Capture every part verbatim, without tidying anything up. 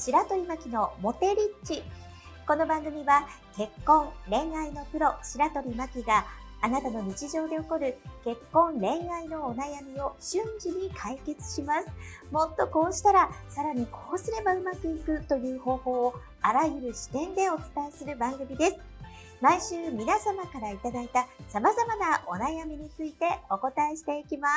白鳥真希のモテリッチ。この番組は結婚恋愛のプロ白鳥真希があなたの日常で起こる結婚恋愛のお悩みを瞬時に解決します。もっとこうしたらさらにこうすればうまくいくという方法をあらゆる視点でお伝えする番組です。毎週皆様からいただいた様々なお悩みについてお答えしていきます。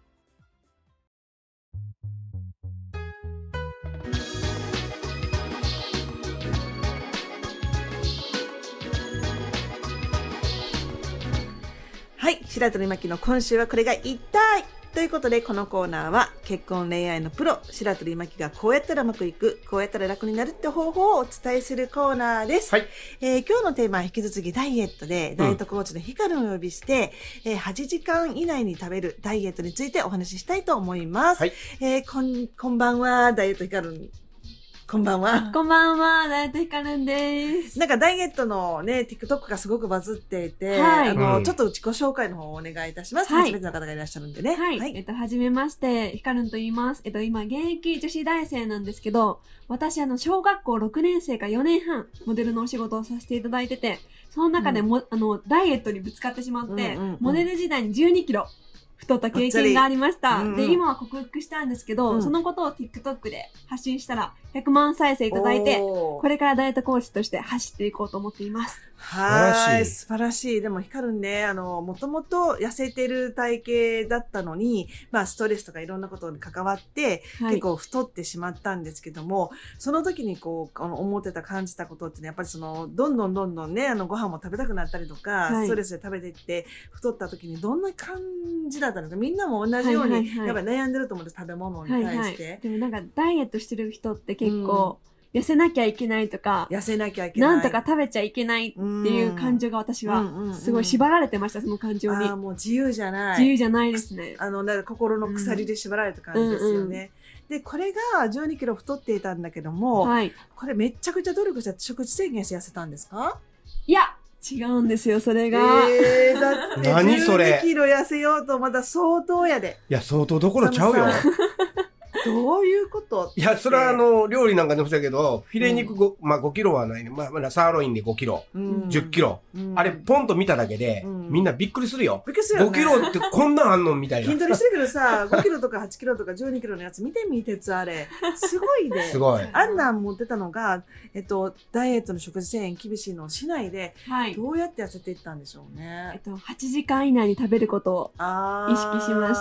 はい、白鳥真希の今週はこれが言いたいということで、このコーナーは結婚恋愛のプロ白鳥真希がこうやったらうまくいく、こうやったら楽になるって方法をお伝えするコーナーです。 はい。 えー、今日のテーマは引き続きダイエットで、ダイエットコーチのヒカルンをお呼びして、うん、えー、はちじかん以内に食べるダイエットについてお話ししたいと思います。はい。えー、こんこんばんは、ダイエットヒカルン。こんばんは。 こんばんは、ダイエットヒカルンです。 なんかダイエットのね、TikTok がすごくバズっていて、はい、あの、うん、ちょっと自己紹介の方をお願いいたします。はい、初めての方がいらっしゃるんでね。 はい。はい、えっと、はじめまして、ヒカルンと言います。えっと、今、現役女子大生なんですけど、私、あの、小学校ろくねん生からよねんはん、モデルのお仕事をさせていただいてて、その中でも、うん、あの、ダイエットにぶつかってしまって、うんうんうん、モデル時代にじゅうにキロ、太った経験がありました。うんうん、で、今は克服したんですけど、うん、そのことを TikTok で発信したらひゃくまん再生いただいて、これからダイエットコーチとして走っていこうと思っています。 はい。素晴らしい。でもヒカルンね、あの、もともと痩せてる体型だったのに、まあストレスとかいろんなことに関わって、はい、結構太ってしまったんですけども、その時にこう、思ってた感じたことってね、やっぱりその、どんどんどんどんね、あの、ご飯も食べたくなったりとか、はい、ストレスで食べていって、太った時にどんな感じだったのか、みんなも同じように、はいはいはい、やっぱり悩んでると思うんです、食べ物に対して。はいはい、 でもなんかダイエットしてる人って結構、うん痩せなきゃいけないとか、 痩せなきゃいけない。 なんとか食べちゃいけないっていう感情が私は、すごい縛られてました、その感情に。 ああ、もう自由じゃない。 自由じゃないですね。 あの、なんか心の鎖で縛られた感じですよね。うんうん、で、これがじゅうにキロ太っていたんだけども、はい、これめちゃくちゃ努力して食事制限して痩せたんですか？ いや、違うんですよ、それが。 えー、だってじゅうにキロ痩せようとまだ相当やで。 いや、相当どころちゃうよ。 どういうこと？ いや、それはあの、料理なんかでもそうだけど、フィレ肉ご、うん、まあごキロはないね。まあ、まあ、サーロインでごキロ、うん、じゅっキロ、うん。あれ、ポンと見ただけで、うん、みんなびっくりするよ。 びっくりするよ、ね。 ごキロってこんなんあんのみたいな。 筋トレしてるけどさ、ごキロとかはちキロとかじゅうにキロのやつ見てみ、鉄あれ。すごいね。 すごい。 あんなん持ってたのが、えっと、ダイエットの食事制限厳しいのをしないで、はい、どうやって痩せていったんでしょうね。 えっと、はちじかん以内に食べることを意識しました。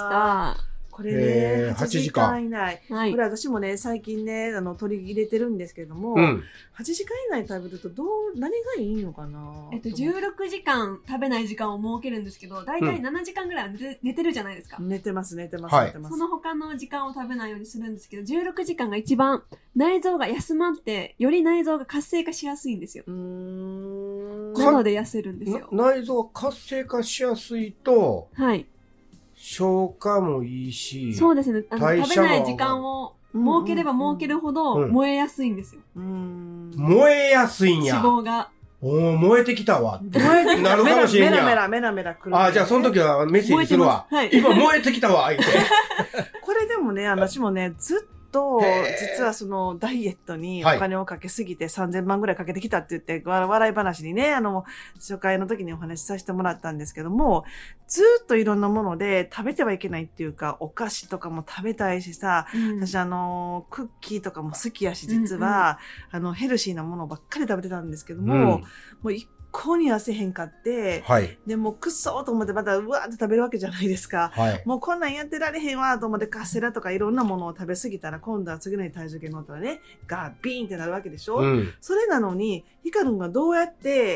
これね、はちじかん以内。はい、これ私もね、最近ね、あの、取り入れてるんですけれども、うん、はちじかん以内に食べるとどう、何がいいのかな？ えっと、じゅうろくじかん食べない時間を設けるんですけど、だいたいななじかんぐらいは寝て、寝てるじゃないですか。 寝てます、寝てます、 はい、 寝てます。 その他の時間を食べないようにするんですけど、じゅうろくじかんが一番内臓が休まって、より内臓が活性化しやすいんですよ。うーんなので痩せるんですよ。 内臓が活性化しやすいと、はい。消化もいいし、 そうですね。あの食べない時間を設ければ設けるほど燃えやすいんですよ。 うん、燃えやすいんや。 脂肪が。 おー、燃えてきたわ。燃えてきた。なるかもしれんや。 メラメラメラメラくる。 あ、じゃあその時はメッセージするわ。はい、今燃えてきたわ、相手。 これでもね、私もね、ずっとと、実はそのダイエットにお金をかけすぎてさんぜんまんぐらいかけてきたって言って、笑い話にね、あの、初回の時にお話しさせてもらったんですけども、ずっといろんなもので食べてはいけないっていうか、お菓子とかも食べたいしさ、うん、私あの、クッキーとかも好きやし、実は、うんうん、あの、ヘルシーなものばっかり食べてたんですけども、うん、もう一向に痩せへんかって、はい、でもくっそーと思ってまたうわーって食べるわけじゃないですか、はい、もうこんなんやってられへんわーと思ってカステラとかいろんなものを食べ過ぎたら今度は次の日体重計乗ったらねガービーンってなるわけでしょ、うん、それなのにヒカルンがどうやって、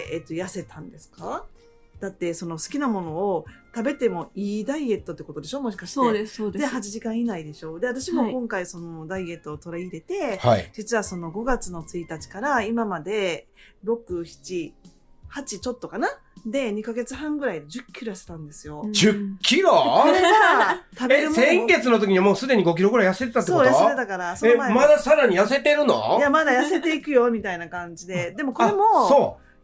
えっと、痩せたんですか？だってその好きなものを食べてもいいダイエットってことでしょもしかして。 そうですそうです。 ではちじかん以内でしょ。で私も今回そのダイエットを取り入れて、はい、実はそのごがつのついたちから今までろく、しち、はちちょっとかなでにかげつはんぐらいでじゅっキロ痩せたんですよ。 じゅっキロ？これが食べるもの。え、先月の時にはもうすでにごキロぐらい痩せてたってこと？ そう、痩せてたから。その前え、まださらに痩せてるの？ いや、まだ痩せていくよ、みたいな感じで。でもこれも、そう。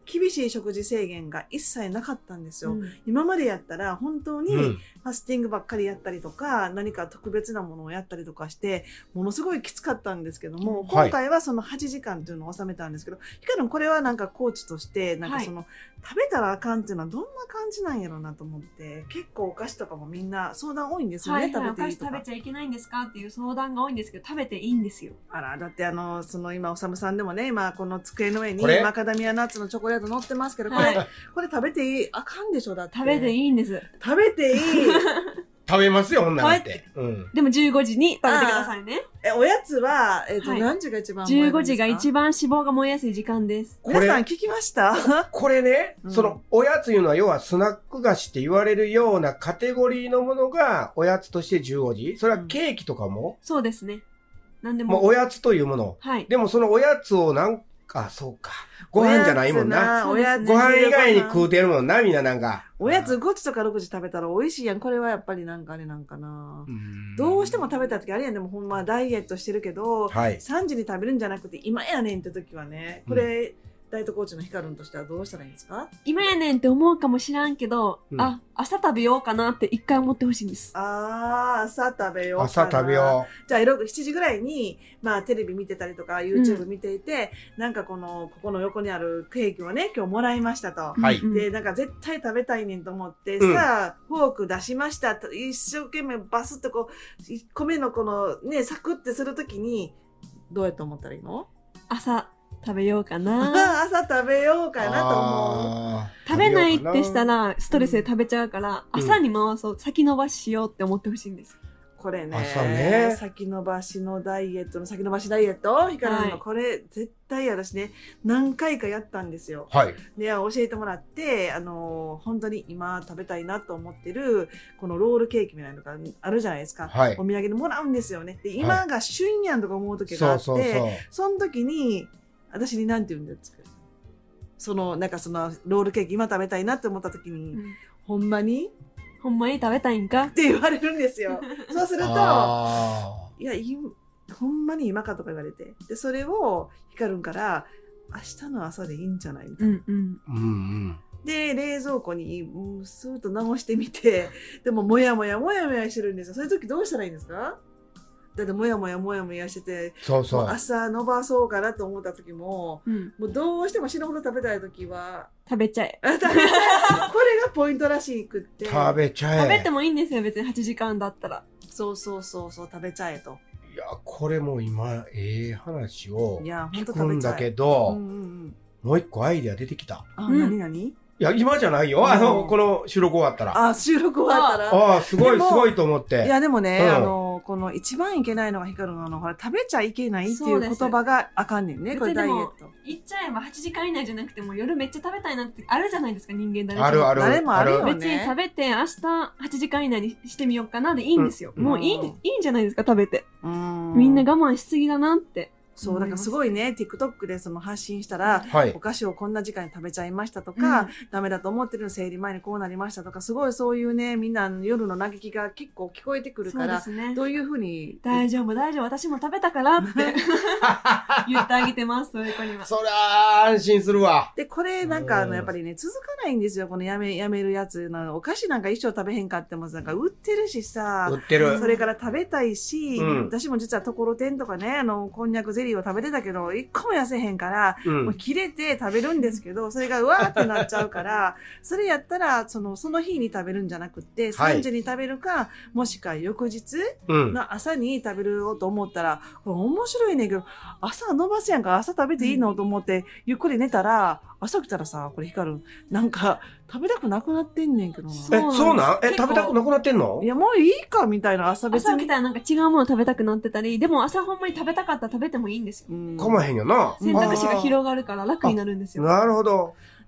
厳しい食事制限が一切なかったんですよ。 うん、 今までやったら本当にファスティングばっかりやったりとか、うん、何か特別なものをやったりとかして、ものすごいきつかったんですけども、今回はそのはちじかんというのを収めたんですけど、ヒカルンこれはなんかコーチとして、なんかその、はい、食べたらあかんっていうのはどんな感じなんやろうなと思って、結構お菓子とかもみんな相談多いんですよね、はいはい、 食べていいとか。お菓子食べちゃいけないんですかっていう相談が多いんですけど、食べていいんですよ。 あら、だってあの、その今、おさむさんでもね、今この机の上にマカダミアナッツのチョコレート乗ってますけど、これ、はい、これ食べていいあかんでしょだって。 食べていいんです。 食べていい食べますよ、ほんならって。 うん、でもじゅうごじに食べてくださいね。 え、おやつは、えっ、ー、と、はい、何時が一番燃えるんですか？じゅうごじが一番脂肪が燃えやすい時間です。 皆さん聞きましたこれね、うん、その、おやついうのは、要はスナック菓子って言われるようなカテゴリーのものが、おやつとしてじゅうごじ？それはケーキとかも、 うん、そうですね。なんでも。 もうおやつというもの。はい。でもそのおやつをなんか、そうか。ご飯じゃないもんな。おやつ。ご飯以外に食うてるもんな、みんななんか。 おやつごじとかろくじ食べたら美味しいやん。これはやっぱりなんかあれなんかな。どうしても食べた時あれやん。でもほんまダイエットしてるけど、はい、さんじに食べるんじゃなくて今やねんって時はね、これ、うん、ダイエットコーチのヒカルンとしてはどうしたらいいんですか？ 今やねんって思うかもしらんけど、うん、あ、朝食べようかなって一回思ってほしいんです。 あー、朝食べようかな。 朝食べよう。 じゃあ、しちじぐらいに、まあ、テレビ見てたりとか、YouTube 見ていて、うん、なんかこの、ここの横にあるケーキをね、今日もらいましたと。はい。で、なんか絶対食べたいねんと思って、うん、さあ、フォーク出しましたと、一生懸命バスッとこう、いっこめのこの、ね、サクってするときに、どうやって思ったらいいの？ 朝。食べようかな。 朝食べようかなと思う。食べないってしたらストレスで食べちゃうから、うん、朝に回そう、先延ばししようって思ってほしいんです。 これね、 朝ね、 先延ばしのダイエットの先延ばしダイエットヒカルンのこれ、絶対私ね、何回かやったんですよ。はい。で、教えてもらって、あの、本当に今食べたいなと思ってる、このロールケーキみたいなのがあるじゃないですか。はい。お土産でもらうんですよね。で、今が旬やんとか思う時があって、そうそうそう。その時に、私に何て言うんですか？その、なんかその、ロールケーキ今食べたいなって思った時に、うん、ほんまにほんまに食べたいんかって言われるんですよ。そうすると、いや、いほんまに今かとか言われて。で、それを、ヒカルンから、明日の朝でいいんじゃないみたいな。うんうんうんうん、で、冷蔵庫に、うん、スーッと直してみて、でも、もやもやもやもやしてるんですよ。そういう時どうしたらいいんですか？だってもやもやもやもやしてて、そうそう、朝伸ばそうかなと思った時も、うん、もうどうしても死ぬほど食べたい時は食べちゃえ。 食べちゃえ。これがポイントらしくって。 食べちゃえ。 食べてもいいんですよ、別にはちじかんだったら。 そうそうそうそう、食べちゃえと。 いや、これも今ええ話を聞くんだけど、うんうんうん、もう一個アイデア出てきた。 あ、うん、何何？ いや、今じゃないよ。あの、この収録終わったら。 あ、収録終わったら。 ああ、すごい、すごいと思って。 いや、でもね、うん、あの、この一番いけないのがヒカルンのあの、ほら、食べちゃいけないっていう言葉があかんねんね、これダイエット。 言っちゃえばはちじかん以内じゃなくても夜めっちゃ食べたいなってあるじゃないですか、人間誰も。 あるある。 誰もあるよね。 別に食べて明日はちじかん以内にしてみようかなでいいんですよ。うん、もういい、いいんじゃないですか、食べて。うんみんな我慢しすぎだなって。 そう、だからすごいね、TikTok でその発信したら、はい、お菓子をこんな時間に食べちゃいましたとか、うん、ダメだと思ってるの生理前にこうなりましたとか、すごいそういうね、みんな夜の嘆きが結構聞こえてくるから、そうですね、どういうふうに。 大丈夫、大丈夫、私も食べたからって言ってあげてます、そういう子には。 そりゃ安心するわ。 で、これなんかあの、やっぱりね、続かないんですよ、このやめ、やめるやつの。お菓子なんか一生食べへんかってもなんか売ってるしさ、 売ってる。 それから食べたいし、うん、私も実はところてんとかね、あの、こんにゃくゼリーを食べてたけど、一個も痩せへんから、うん、もう切れて食べるんですけど、それがうわーってなっちゃうから、それやったら、その、その日に食べるんじゃなくって、さんじに食べるか、はい、もしくは翌日の朝に食べるよと思ったら、これ面白いねんけど、朝伸ばすやんか、朝食べていいのと思って、ゆっくり寝たら、朝来たらさ、これヒカルン、なんか、食べたくなくなってんねんけどな。え、 そうなんえ、食べたくなくなってんの？ いや、もういいか、みたいな朝別に。 朝来たらなんか違うもの食べたくなってたり、でも朝ほんまに食べたかったら食べてもいいんですよ。 かまへんよな。 選択肢が広がるから楽になるんですよ。 なるほど。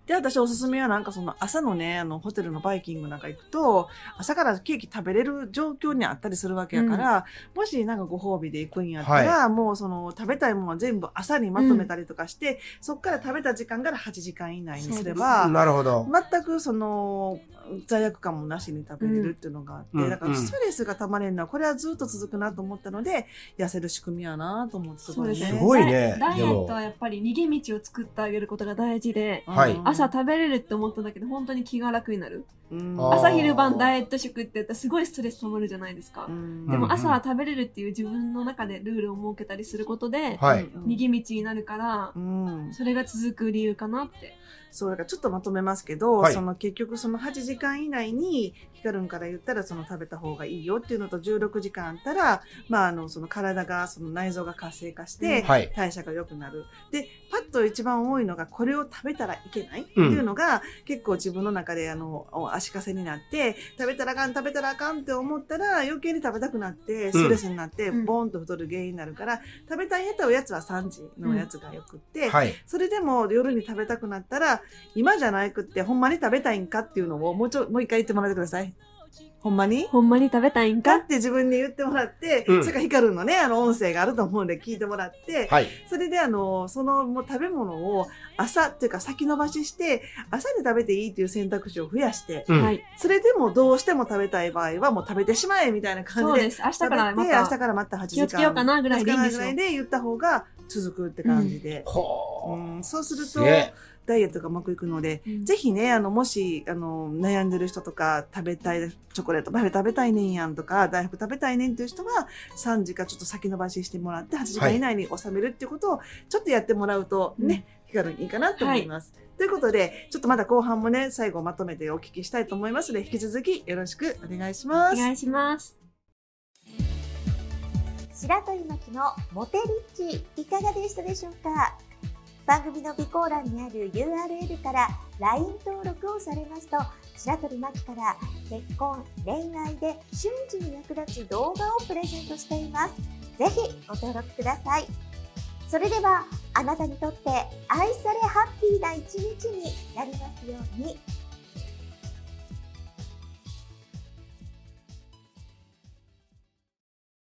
で、私おすすめはなんかその朝のね、あの、ホテルのバイキングなんか行くと、朝からケーキ食べれる状況にあったりするわけやから、うん、もしなんかご褒美で行くんやったら、はい、もうその食べたいものは全部朝にまとめたりとかして、うん、そっから食べた時間からはちじかん以内にすれば、 なるほど。 全くその、罪悪感もなしに食べれるっていうのがあって、うん、だからストレスがたまれるのは、これはずっと続くなと思ったので、痩せる仕組みやなと思って、 すごいね。 すごいね。 ダイエットはやっぱり逃げ道を作ってあげることが大事で、はい、朝食べれるって思ったんだけど、本当に気が楽になる。うん、朝昼晩ダイエット食って言ったらすごいストレスたまるじゃないですか。うん、でも朝は食べれるっていう自分の中でルールを設けたりすることで、はい、逃げ道になるから、うん、それが続く理由かなって。 そうだからちょっとまとめますけど、はい、その結局そのはちじかん以内にヒカルンから言ったらその食べた方がいいよっていうのと、じゅうろくじかんあったら、まああのその体がその内臓が活性化して代謝が良くなる、うん、でパッと一番多いのがこれを食べたらいけないっていうのが、うん、結構自分の中であの足かせになって、食べたらあかん食べたらあかんって思ったら余計に食べたくなってストレスになってボーンと太る原因になるから、うん、食べたいやったらおやつはさんじのやつがよくって、うんはい、それでも夜に食べたくなったら今じゃなくってほんまに食べたいんかっていうのをもうちょもう一回言ってもらってください。ほんまにほんまに食べたいんかって自分に言ってもらって、うん、それからヒカルンのね、あの音声があると思うんで聞いてもらって、はい、それであの、そのもう食べ物を朝っていうか先延ばしして、朝に食べていいっていう選択肢を増やして、うん、それでもどうしても食べたい場合はもう食べてしまえみたいな感じで。そうです。 明日からまた。 明日からまたはちじかん。 気をつけようかなぐらいでいいんですよ。 ぐらいで言った方が続くって感じで。うんうん、そうすると、ダイエットがうまくいくので、うん、ぜひね、あの、もし、あの、悩んでる人とか、食べたい、チョコレートパフェ食べたいねんやんとか、大福食べたいねんっていう人は、さんじかちょっと先延ばししてもらって、はちじかん以内に収めるっていうことを、ちょっとやってもらうとね、気軽にいいかなと思います。はい、ということで、ちょっとまだ後半もね、最後まとめてお聞きしたいと思いますので、引き続きよろしくお願いします。 お願いします。 白鳥巻のモテリッチ、いかがでしたでしょうか？番組の備考欄にある ユーアールエル から ライン 登録をされますと、白鳥真希から結婚、恋愛で瞬時に役立つ動画をプレゼントしています。ぜひご登録ください。それでは、あなたにとって愛されハッピーな一日になりますように。